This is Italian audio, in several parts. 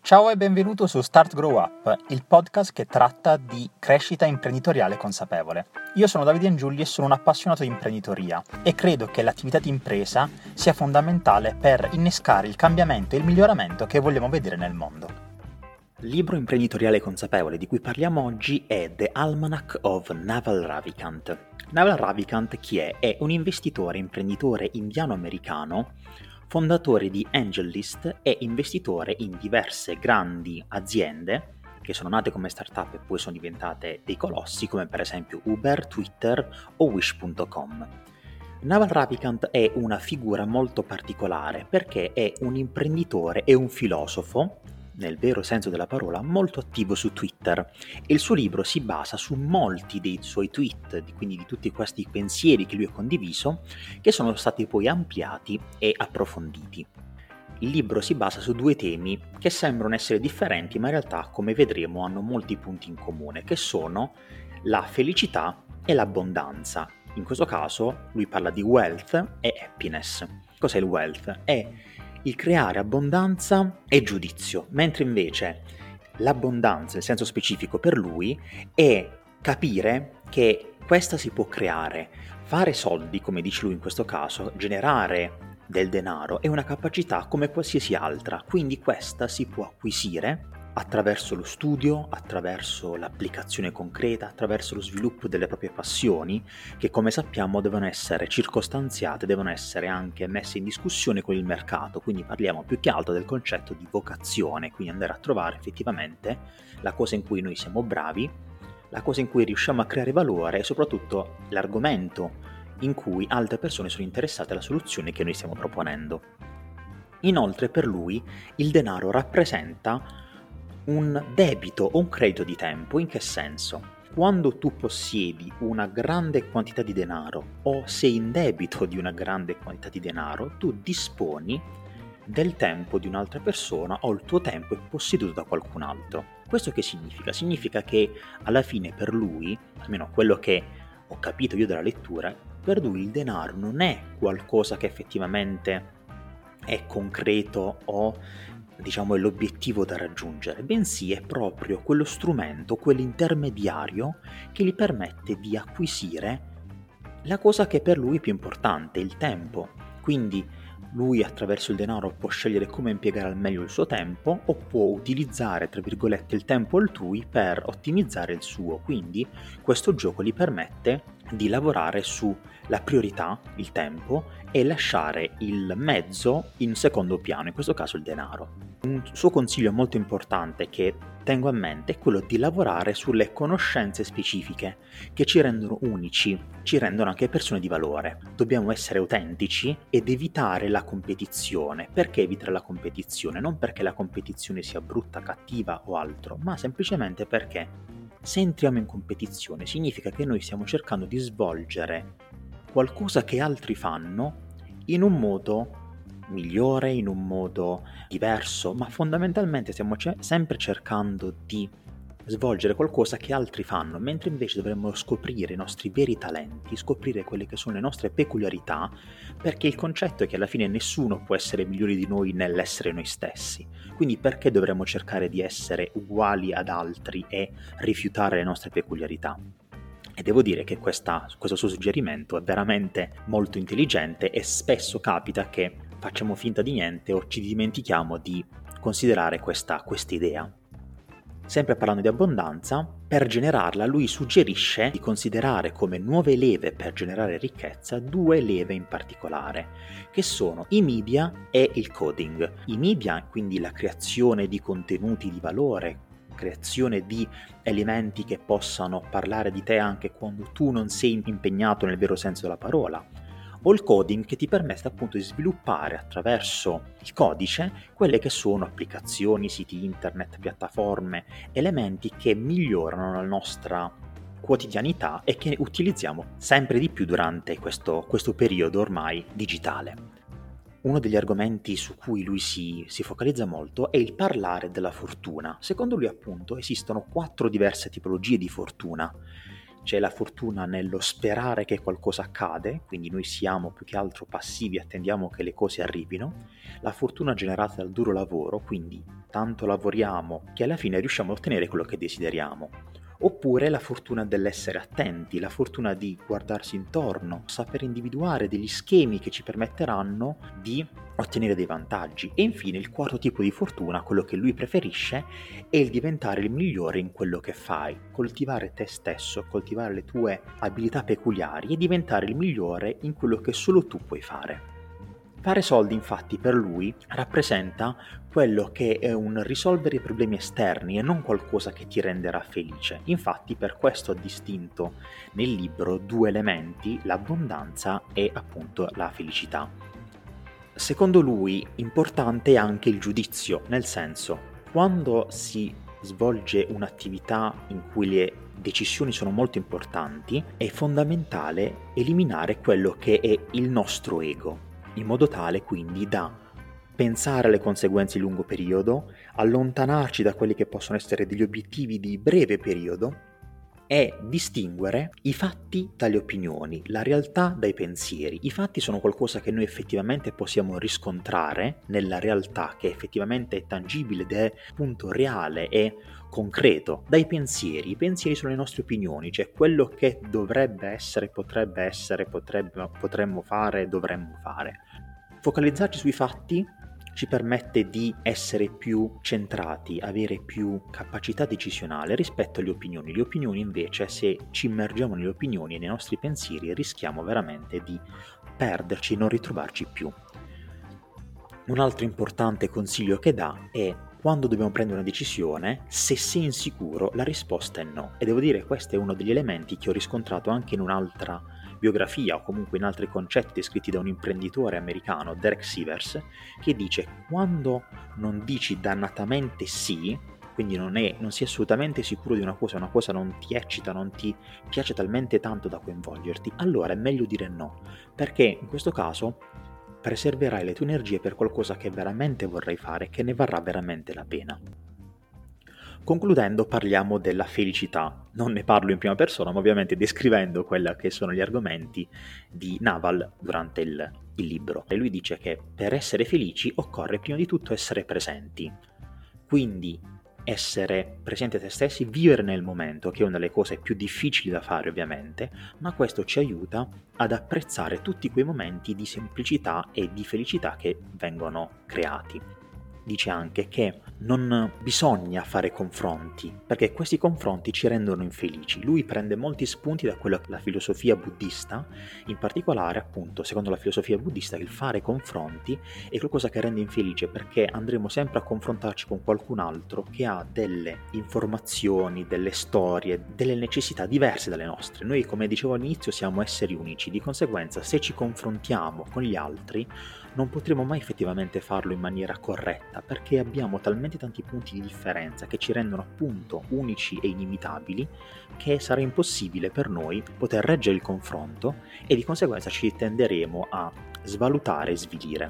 Ciao e benvenuto su Start Grow Up, il podcast che tratta di crescita imprenditoriale consapevole. Io sono Davide Angiulli e sono un appassionato di imprenditoria e credo che l'attività di impresa sia fondamentale per innescare il cambiamento e il miglioramento che vogliamo vedere nel mondo. Il libro imprenditoriale consapevole di cui parliamo oggi è The Almanac of Naval Ravikant. Naval Ravikant chi è? È un investitore imprenditore indiano-americano, fondatore di AngelList e investitore in diverse grandi aziende che sono nate come startup e poi sono diventate dei colossi come per esempio Uber, Twitter o Wish.com. Naval Ravikant è una figura molto particolare perché è un imprenditore e un filosofo, nel vero senso della parola, molto attivo su Twitter e il suo libro si basa su molti dei suoi tweet, quindi di tutti questi pensieri che lui ha condiviso, che sono stati poi ampliati e approfonditi. Il libro si basa su due temi che sembrano essere differenti, ma in realtà, come vedremo, hanno molti punti in comune, che sono la felicità e l'abbondanza. In questo caso lui parla di wealth e happiness. Cos'è il wealth? È il creare abbondanza e giudizio, mentre invece l'abbondanza, nel senso specifico per lui, è capire che questa si può creare. Fare soldi, come dice lui in questo caso, generare del denaro è una capacità come qualsiasi altra, quindi questa si può acquisire attraverso lo studio, attraverso l'applicazione concreta, attraverso lo sviluppo delle proprie passioni, che come sappiamo devono essere circostanziate, devono essere anche messe in discussione con il mercato, quindi parliamo più che altro del concetto di vocazione, quindi andare a trovare effettivamente la cosa in cui noi siamo bravi, la cosa in cui riusciamo a creare valore e soprattutto l'argomento in cui altre persone sono interessate alla soluzione che noi stiamo proponendo. Inoltre per lui il denaro rappresenta un debito o un credito di tempo. In che senso? Quando tu possiedi una grande quantità di denaro o sei in debito di una grande quantità di denaro, tu disponi del tempo di un'altra persona o il tuo tempo è posseduto da qualcun altro. Questo che significa? Significa che alla fine per lui, almeno quello che ho capito io dalla lettura, per lui il denaro non è qualcosa che effettivamente è concreto o diciamo è l'obiettivo da raggiungere, bensì è proprio quello strumento, quell'intermediario che gli permette di acquisire la cosa che per lui è più importante, il tempo. Quindi lui attraverso il denaro può scegliere come impiegare al meglio il suo tempo o può utilizzare, tra virgolette, il tempo altrui per ottimizzare il suo. Quindi questo gioco gli permette di lavorare sulla priorità, il tempo, e lasciare il mezzo in secondo piano, in questo caso il denaro. Un suo consiglio molto importante che tengo a mente è quello di lavorare sulle conoscenze specifiche che ci rendono unici, ci rendono anche persone di valore. Dobbiamo essere autentici ed evitare la competizione. Perché evitare la competizione? Non perché la competizione sia brutta, cattiva o altro, ma semplicemente perché se entriamo in competizione significa che noi stiamo cercando di svolgere qualcosa che altri fanno in un modo migliore, in un modo diverso, ma fondamentalmente stiamo sempre cercando di svolgere qualcosa che altri fanno, mentre invece dovremmo scoprire i nostri veri talenti, scoprire quelle che sono le nostre peculiarità, perché il concetto è che alla fine nessuno può essere migliore di noi nell'essere noi stessi. Quindi perché dovremmo cercare di essere uguali ad altri e rifiutare le nostre peculiarità? E devo dire che questo suo suggerimento è veramente molto intelligente e spesso capita che facciamo finta di niente o ci dimentichiamo di considerare questa idea. Sempre parlando di abbondanza, per generarla lui suggerisce di considerare come nuove leve per generare ricchezza due leve in particolare, che sono i media e il coding. I media, quindi la creazione di contenuti di valore, creazione di elementi che possano parlare di te anche quando tu non sei impegnato nel vero senso della parola, o il coding che ti permette appunto di sviluppare attraverso il codice quelle che sono applicazioni, siti internet, piattaforme, elementi che migliorano la nostra quotidianità e che utilizziamo sempre di più durante questo periodo ormai digitale. Uno degli argomenti su cui lui si focalizza molto è il parlare della fortuna. Secondo lui appunto esistono 4 diverse tipologie di fortuna. c'è la fortuna nello sperare che qualcosa accade, quindi noi siamo più che altro passivi, attendiamo che le cose arrivino, la fortuna generata dal duro lavoro, quindi tanto lavoriamo che alla fine riusciamo a ottenere quello che desideriamo. Oppure la fortuna dell'essere attenti, la fortuna di guardarsi intorno, saper individuare degli schemi che ci permetteranno di ottenere dei vantaggi. E infine il quarto tipo di fortuna, quello che lui preferisce, è il diventare il migliore in quello che fai, coltivare te stesso, coltivare le tue abilità peculiari e diventare il migliore in quello che solo tu puoi fare. Fare soldi, infatti, per lui rappresenta quello che è un risolvere i problemi esterni e non qualcosa che ti renderà felice. Infatti, per questo ha distinto nel libro due elementi, l'abbondanza e appunto la felicità. Secondo lui, importante è anche il giudizio, nel senso, quando si svolge un'attività in cui le decisioni sono molto importanti, è fondamentale eliminare quello che è il nostro ego, in modo tale quindi da pensare alle conseguenze di lungo periodo, allontanarci da quelli che possono essere degli obiettivi di breve periodo e distinguere i fatti dalle opinioni, la realtà dai pensieri. I fatti sono qualcosa che noi effettivamente possiamo riscontrare nella realtà, che effettivamente è tangibile ed è appunto reale e concreto. Dai pensieri, i pensieri sono le nostre opinioni, cioè quello che dovrebbe essere, potremmo fare, dovremmo fare. Focalizzarci sui fatti ci permette di essere più centrati, avere più capacità decisionale rispetto alle opinioni. Le opinioni invece, se ci immergiamo nelle opinioni e nei nostri pensieri, rischiamo veramente di perderci e non ritrovarci più. Un altro importante consiglio che dà è: quando dobbiamo prendere una decisione, se sei insicuro, la risposta è no. E devo dire, questo è uno degli elementi che ho riscontrato anche in un'altra biografia o comunque in altri concetti scritti da un imprenditore americano, Derek Sivers, che dice: quando non dici dannatamente sì, quindi non sei assolutamente sicuro di una cosa non ti eccita, non ti piace talmente tanto da coinvolgerti, allora è meglio dire no, perché in questo caso preserverai le tue energie per qualcosa che veramente vorrai fare, che ne varrà veramente la pena. Concludendo, parliamo della felicità. Non ne parlo in prima persona, ma ovviamente descrivendo quelli che sono gli argomenti di Naval durante il libro. E lui dice che per essere felici occorre prima di tutto essere presenti. Quindi essere presenti a te stessi, vivere nel momento, che è una delle cose più difficili da fare ovviamente, ma questo ci aiuta ad apprezzare tutti quei momenti di semplicità e di felicità che vengono creati. Dice anche che non bisogna fare confronti, perché questi confronti ci rendono infelici. Lui prende molti spunti da quella che è la filosofia buddista, in particolare appunto secondo la filosofia buddista il fare confronti è qualcosa che rende infelice, perché andremo sempre a confrontarci con qualcun altro che ha delle informazioni, delle storie, delle necessità diverse dalle nostre. Noi, come dicevo all'inizio, siamo esseri unici, di conseguenza se ci confrontiamo con gli altri non potremo mai effettivamente farlo in maniera corretta, perché abbiamo talmente tanti punti di differenza che ci rendono appunto unici e inimitabili, che sarà impossibile per noi poter reggere il confronto e di conseguenza ci tenderemo a svalutare e svilire.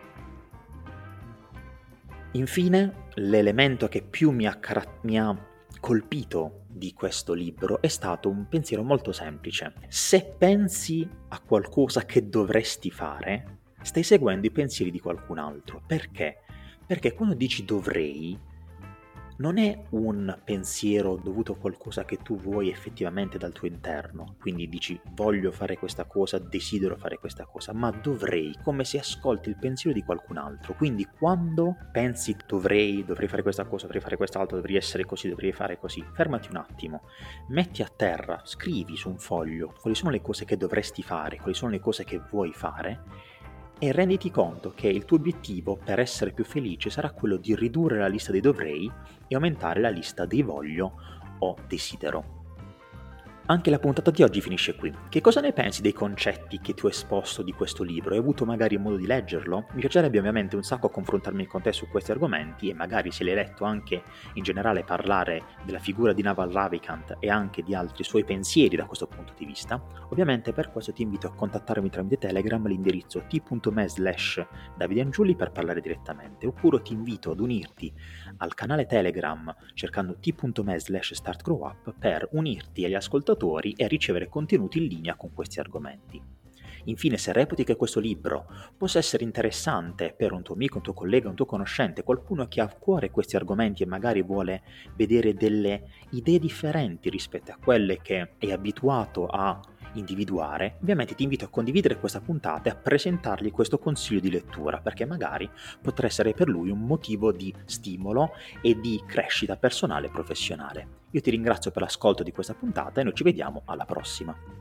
Infine, l'elemento che più mi ha colpito di questo libro è stato un pensiero molto semplice. Se pensi a qualcosa che dovresti fare, stai seguendo i pensieri di qualcun altro. Perché? Perché quando dici dovrei, non è un pensiero dovuto a qualcosa che tu vuoi effettivamente dal tuo interno, quindi dici voglio fare questa cosa, desidero fare questa cosa, ma dovrei, come se ascolti il pensiero di qualcun altro. Quindi quando pensi dovrei fare questa cosa, dovrei fare quest'altro, dovrei essere così, dovrei fare così, fermati un attimo, metti a terra, scrivi su un foglio quali sono le cose che dovresti fare, quali sono le cose che vuoi fare, e renditi conto che il tuo obiettivo per essere più felice sarà quello di ridurre la lista dei dovrei e aumentare la lista dei voglio o desidero. Anche la puntata di oggi finisce qui. Che cosa ne pensi dei concetti che ti ho esposto di questo libro? Hai avuto magari modo di leggerlo? Mi piacerebbe ovviamente un sacco confrontarmi con te su questi argomenti e magari, se l'hai letto, anche in generale parlare della figura di Naval Ravikant e anche di altri suoi pensieri da questo punto di vista. Ovviamente per questo ti invito a contattarmi tramite Telegram all'indirizzo t.me/davidangiuli per parlare direttamente, oppure ti invito ad unirti al canale Telegram cercando t.me/startgrowup per unirti agli ascoltatori autori e a ricevere contenuti in linea con questi argomenti. Infine, se reputi che questo libro possa essere interessante per un tuo amico, un tuo collega, un tuo conoscente, qualcuno che ha a cuore questi argomenti e magari vuole vedere delle idee differenti rispetto a quelle che è abituato a individuare, ovviamente ti invito a condividere questa puntata e a presentargli questo consiglio di lettura, perché magari potrà essere per lui un motivo di stimolo e di crescita personale e professionale. Io ti ringrazio per l'ascolto di questa puntata e noi ci vediamo alla prossima.